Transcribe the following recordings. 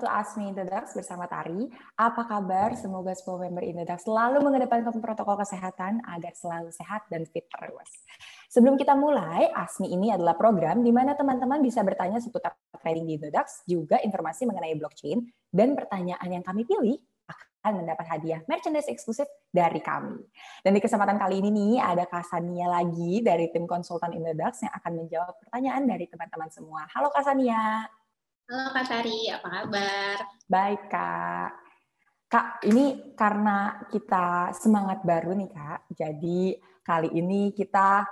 to Ask Me Indodax bersama Tari. Apa kabar? Semoga semua member Indodax selalu mengedepankan protokol kesehatan agar selalu sehat dan fit terus. Sebelum kita mulai, Ask Me ini adalah program di mana teman-teman bisa bertanya seputar trading di Indodax, juga informasi mengenai blockchain, dan pertanyaan yang kami pilih akan mendapat hadiah merchandise eksklusif dari kami. Dan di kesempatan kali ini nih, ada Kak Sania lagi dari tim konsultan Indodax yang akan menjawab pertanyaan dari teman-teman semua. Halo Kak Sania. Halo Kak Tari, apa kabar? Baik Kak. Kak, ini karena kita semangat baru nih Kak, jadi kali ini kita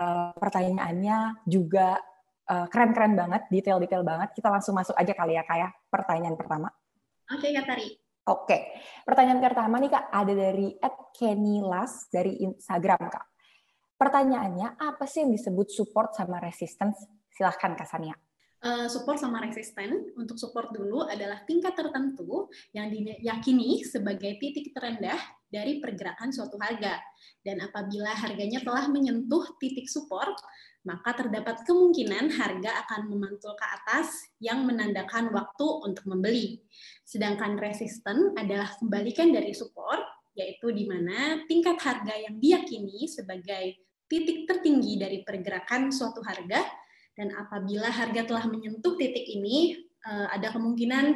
pertanyaannya juga keren-keren banget, detail-detail banget. Kita langsung masuk aja kali ya Kak ya, pertanyaan pertama. Oke Kak Tari. Oke, pertanyaan pertama nih Kak, ada dari @kennylas dari Instagram Kak. Pertanyaannya, apa sih yang disebut support sama resistance? Silahkan Kak Sania. Support sama resisten, untuk support dulu adalah tingkat tertentu yang diyakini sebagai titik terendah dari pergerakan suatu harga. Dan apabila harganya telah menyentuh titik support, maka terdapat kemungkinan harga akan memantul ke atas yang menandakan waktu untuk membeli. Sedangkan resisten adalah kebalikan dari support, yaitu di mana tingkat harga yang diyakini sebagai titik tertinggi dari pergerakan suatu harga. Dan apabila harga telah menyentuh titik ini, ada kemungkinan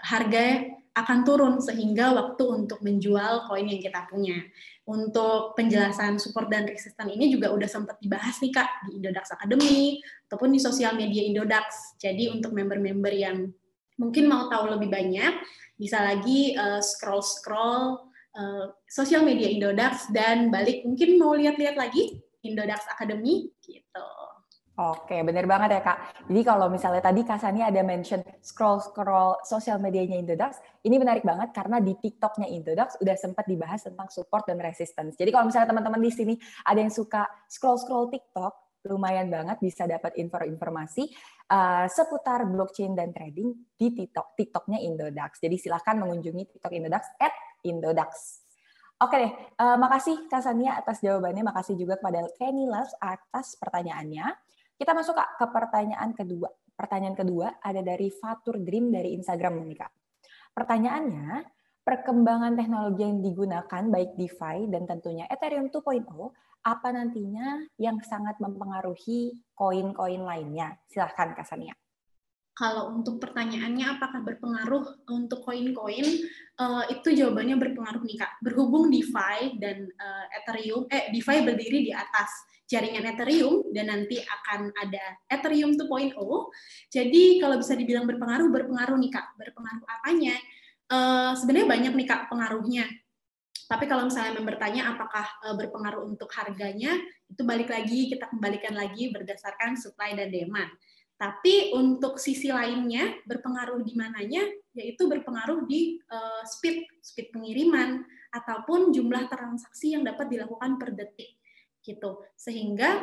harga akan turun sehingga waktu untuk menjual koin yang kita punya. Untuk penjelasan support dan resisten ini juga udah sempat dibahas nih Kak di Indodax Academy ataupun di sosial media Indodax. Jadi untuk member-member yang mungkin mau tahu lebih banyak, bisa lagi scroll-scroll sosial media Indodax dan balik mungkin mau lihat-lihat lagi Indodax Academy gitu. Oke, benar banget ya Kak. Jadi kalau misalnya tadi Kak Sania ada mention scroll-scroll sosial medianya Indodax, ini menarik banget karena di TikTok-nya Indodax udah sempat dibahas tentang support dan resistance. Jadi kalau misalnya teman-teman di sini ada yang suka scroll-scroll TikTok, lumayan banget bisa dapat informasi seputar blockchain dan trading di TikTok-nya Indodax. Jadi silahkan mengunjungi TikTok Indodax @Indodax. Oke deh, makasih Kak Sania atas jawabannya, makasih juga kepada Kenny Love atas pertanyaannya. Kita masuk Kak, ke pertanyaan kedua. Pertanyaan kedua ada dari Fatur Dream dari Instagram nih Kak. Pertanyaannya, perkembangan teknologi yang digunakan baik DeFi dan tentunya Ethereum 2.0, apa nantinya yang sangat mempengaruhi koin-koin lainnya? Silahkan Kak Sania. Kalau untuk pertanyaannya apakah berpengaruh untuk koin-koin, itu jawabannya berpengaruh nih Kak. Berhubung DeFi dan Ethereum, DeFi berdiri di atas jaringan Ethereum dan nanti akan ada Ethereum 2.0. Jadi kalau bisa dibilang berpengaruh nih Kak. Berpengaruh apanya? Sebenarnya banyak nih Kak pengaruhnya. Tapi kalau misalnya bertanya apakah berpengaruh untuk harganya, itu balik lagi, kita kembalikan lagi berdasarkan supply dan demand. Tapi untuk sisi lainnya berpengaruh di mananya, yaitu berpengaruh di speed pengiriman ataupun jumlah transaksi yang dapat dilakukan per detik gitu. Sehingga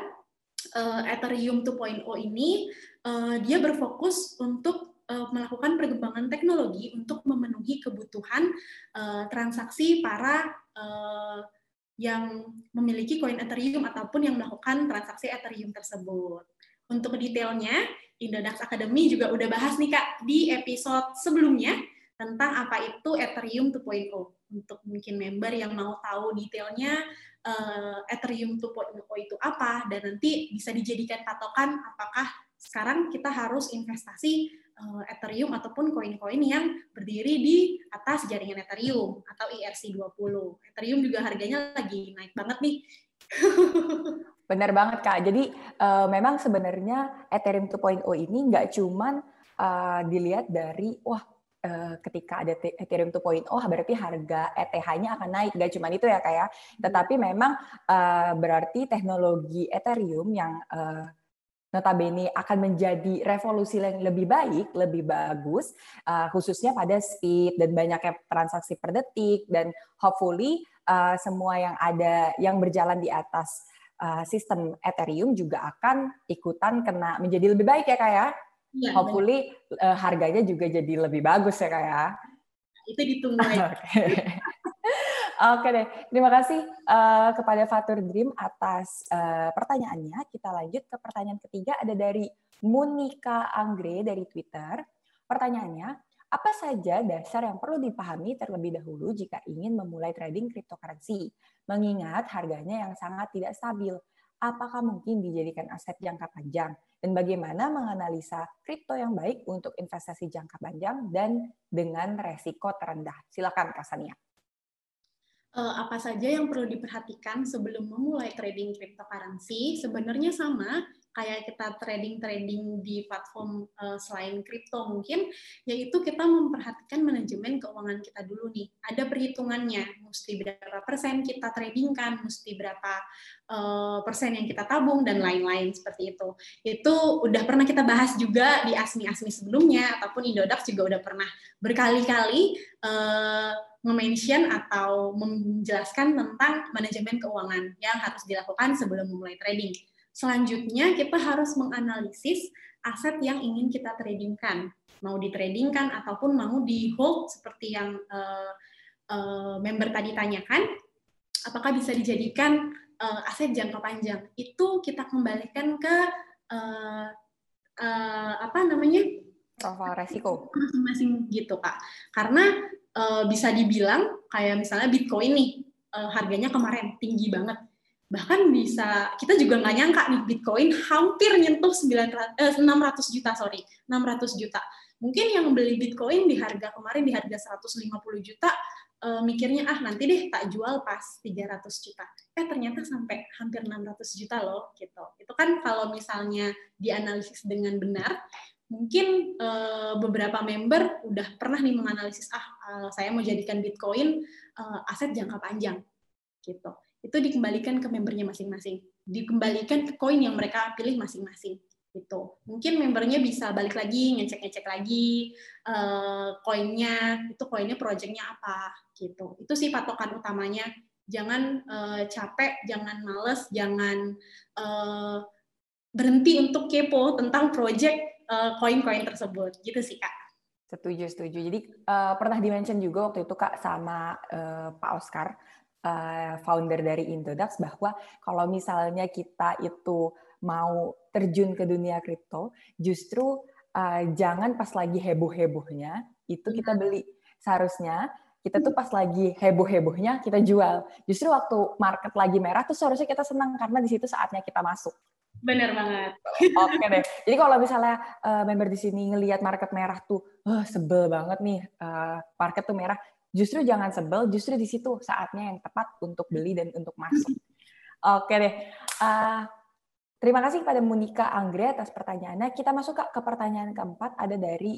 Ethereum 2.0 ini dia berfokus untuk melakukan perkembangan teknologi untuk memenuhi kebutuhan transaksi para yang memiliki koin Ethereum ataupun yang melakukan transaksi Ethereum tersebut. Untuk detailnya, Indodax Academy juga udah bahas nih Kak di episode sebelumnya tentang apa itu Ethereum 2.0. Untuk mungkin member yang mau tahu detailnya Ethereum 2.0 itu apa dan nanti bisa dijadikan patokan apakah sekarang kita harus investasi Ethereum ataupun koin-koin yang berdiri di atas jaringan Ethereum atau ERC20. Ethereum juga harganya lagi naik banget nih. Benar banget Kak. Jadi memang sebenarnya Ethereum 2.0 ini nggak cuman dilihat dari ketika ada Ethereum 2.0 berarti harga ETH-nya akan naik. Nggak cuman itu ya Kak ya. Tetapi memang berarti teknologi Ethereum yang notabene akan menjadi revolusi yang lebih baik, lebih bagus, khususnya pada speed dan banyaknya transaksi per detik dan hopefully semua yang ada yang berjalan di atas sistem Ethereum juga akan ikutan kena menjadi lebih baik ya Kak ya. Ya, hopefully harganya juga jadi lebih bagus ya Kak ya. Itu ditunggu aja. Oke deh, terima kasih kepada Fatur Dream atas pertanyaannya. Kita lanjut ke pertanyaan ketiga, ada dari Monika Anggre dari Twitter. Pertanyaannya, Apa saja dasar yang perlu dipahami terlebih dahulu jika ingin memulai trading cryptocurrency, mengingat harganya yang sangat tidak stabil? Apakah mungkin dijadikan aset jangka panjang? Dan bagaimana menganalisa kripto yang baik untuk investasi jangka panjang dan dengan resiko terendah? Silakan Kak Sania. Apa saja yang perlu diperhatikan sebelum memulai trading cryptocurrency? Sebenarnya sama kayak kita trading di platform selain kripto mungkin, yaitu kita memperhatikan manajemen keuangan kita dulu nih. Ada perhitungannya, mesti berapa persen kita tradingkan, mesti berapa persen yang kita tabung, dan lain-lain seperti itu. Itu udah pernah kita bahas juga di ASMI sebelumnya, ataupun Indodax juga udah pernah berkali-kali mention atau menjelaskan tentang manajemen keuangan yang harus dilakukan sebelum memulai trading. Selanjutnya, kita harus menganalisis aset yang ingin kita tradingkan. Mau ditradingkan ataupun mau di-hold seperti yang member tadi tanyakan, apakah bisa dijadikan aset jangka panjang. Itu kita kembalikan ke profil resiko masing-masing gitu, Kak. Karena bisa dibilang kayak misalnya Bitcoin nih, harganya kemarin tinggi banget. Bahkan bisa, kita juga nggak nyangka nih Bitcoin hampir nyentuh 600 juta. Mungkin yang beli Bitcoin di harga kemarin di harga 150 juta, mikirnya nanti deh tak jual pas 300 juta. Ternyata sampai hampir 600 juta loh gitu. Itu kan kalau misalnya dianalisis dengan benar, mungkin beberapa member udah pernah nih menganalisis, saya mau jadikan Bitcoin aset jangka panjang gitu. Itu dikembalikan ke membernya masing-masing, dikembalikan ke koin yang mereka pilih masing-masing gitu. Mungkin membernya bisa balik lagi, ngecek lagi koinnya, itu koinnya projectnya apa gitu. Itu sih patokan utamanya. Jangan capek, jangan males, jangan berhenti untuk kepo tentang project koin-koin tersebut, gitu sih Kak. Setuju. Jadi pernah di-mention juga waktu itu Kak sama Pak Oscar, founder dari Indodax, bahwa kalau misalnya kita itu mau terjun ke dunia kripto, justru jangan pas lagi heboh-hebohnya itu kita beli. Seharusnya kita tuh pas lagi heboh-hebohnya kita jual. Justru waktu market lagi merah tuh seharusnya kita senang karena di situ saatnya kita masuk. Benar banget. Oke deh. Jadi kalau misalnya member di sini ngelihat market merah tuh, sebel banget nih, market tuh merah. Justru jangan sebel, justru di situ saatnya yang tepat untuk beli dan untuk masuk. Oke deh. Terima kasih kepada Monica Anggre atas pertanyaannya. Kita masuk ke pertanyaan keempat, ada dari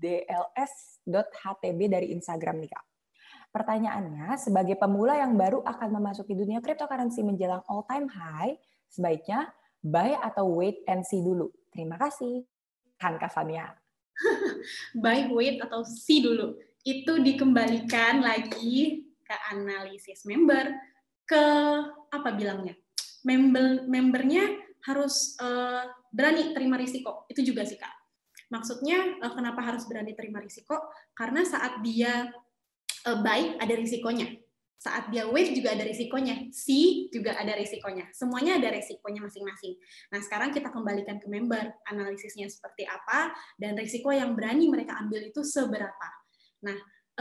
dls.htb dari Instagram nih Kak. Pertanyaannya, sebagai pemula yang baru akan memasuki dunia cryptocurrency menjelang all-time high, sebaiknya buy atau wait and see dulu? Terima kasih. Kak Sania. Buy, wait, atau see dulu. Itu dikembalikan lagi ke analisis member, ke apa bilangnya? Membernya harus berani terima risiko. Itu juga sih Kak. Maksudnya kenapa harus berani terima risiko? Karena saat dia buy ada risikonya. Saat dia wait juga ada risikonya, see juga ada risikonya. Semuanya ada risikonya masing-masing. Nah, sekarang kita kembalikan ke member, analisisnya seperti apa, dan risiko yang berani mereka ambil itu seberapa. Nah,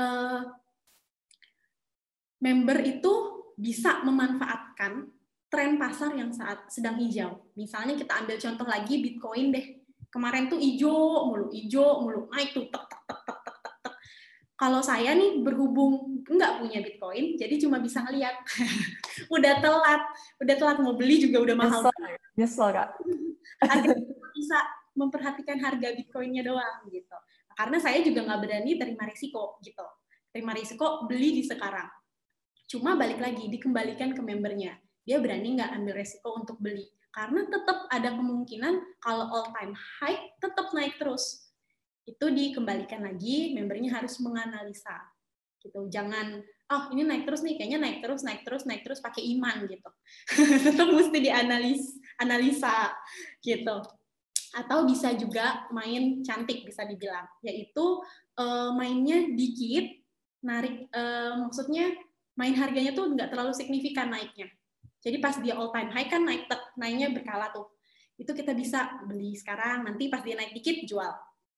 member itu bisa memanfaatkan tren pasar yang saat sedang hijau. Misalnya kita ambil contoh lagi Bitcoin deh. Kemarin tuh hijau mulu, naik tuh tek. Kalau saya nih berhubung nggak punya Bitcoin, jadi cuma bisa ngeliat. udah telat mau beli juga udah mahal. Nyesel Kak. Bisa memperhatikan harga Bitcoinnya doang gitu. Karena saya juga nggak berani terima risiko gitu. Terima risiko beli di sekarang. Cuma balik lagi dikembalikan ke membernya. Dia berani nggak ambil risiko untuk beli. Karena tetap ada kemungkinan kalau all time high tetap naik terus. Itu dikembalikan lagi, membernya harus menganalisa gitu. Jangan ini naik terus nih, kayaknya naik terus pakai iman gitu. Tetap mesti dianalisa gitu. Atau bisa juga main cantik bisa dibilang, yaitu mainnya dikit, narik maksudnya main harganya tuh nggak terlalu signifikan naiknya. Jadi pas dia all time high kan naiknya berkala tuh. Itu kita bisa beli sekarang, nanti pas dia naik dikit jual.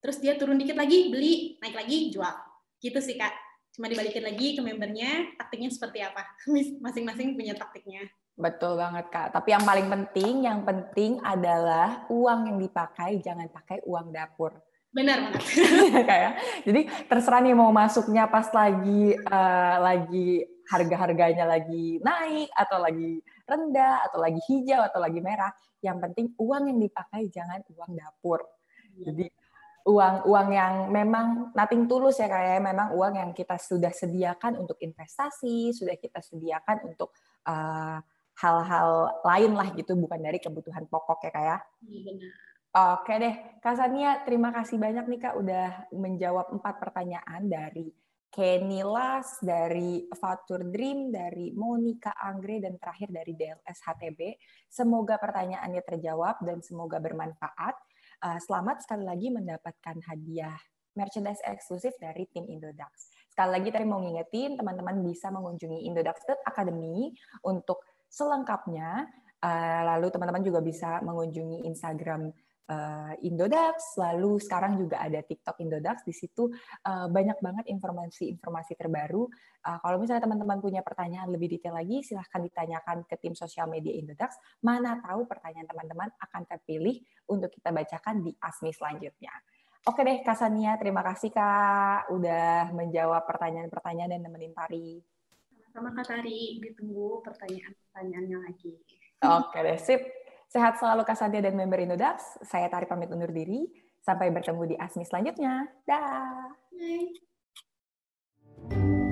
terus dia turun dikit lagi, beli, naik lagi, jual. Gitu sih, Kak. Cuma dibalikin lagi ke membernya, taktiknya seperti apa. Masing-masing punya taktiknya. Betul banget, Kak. Tapi yang penting adalah uang yang dipakai, jangan pakai uang dapur. Benar banget. Kayak, jadi terserah nih mau masuknya pas lagi harga-harganya lagi naik, atau lagi rendah, atau lagi hijau, atau lagi merah. Yang penting uang yang dipakai jangan uang dapur. Jadi uang yang memang nothing tulus ya, kayak memang uang yang kita sudah sediakan untuk investasi, sudah kita sediakan untuk hal-hal lain lah gitu, bukan dari kebutuhan pokok ya, kayak. Benar. Oke deh, Kak Sania, terima kasih banyak nih Kak udah menjawab 4 pertanyaan dari Kenny Las, dari Fatur Dream, dari Monica Anggre, dan terakhir dari DLS HTB. Semoga pertanyaannya terjawab dan semoga bermanfaat. Selamat sekali lagi mendapatkan hadiah merchandise eksklusif dari tim Indodax. Sekali lagi tadi mau ngingetin, teman-teman bisa mengunjungi indodax.academy untuk selengkapnya. Lalu teman-teman juga bisa mengunjungi Instagram Indodax, lalu sekarang juga ada TikTok Indodax. Di situ banyak banget informasi-informasi terbaru. Kalau misalnya teman-teman punya pertanyaan lebih detail lagi, silahkan ditanyakan ke tim sosial media Indodax. Mana tahu pertanyaan teman-teman akan terpilih untuk kita bacakan di ASMI selanjutnya. Oke deh, Kak Sania, terima kasih Kak udah menjawab pertanyaan-pertanyaan dan nemenin Tari. Sama Kak Tari, ditunggu pertanyaan-pertanyaannya lagi. Oke deh, sip. Sehat selalu Kak Santia dan member Indodax. Saya Tari pamit undur diri. Sampai bertemu di ASMI selanjutnya. Dah. Bye.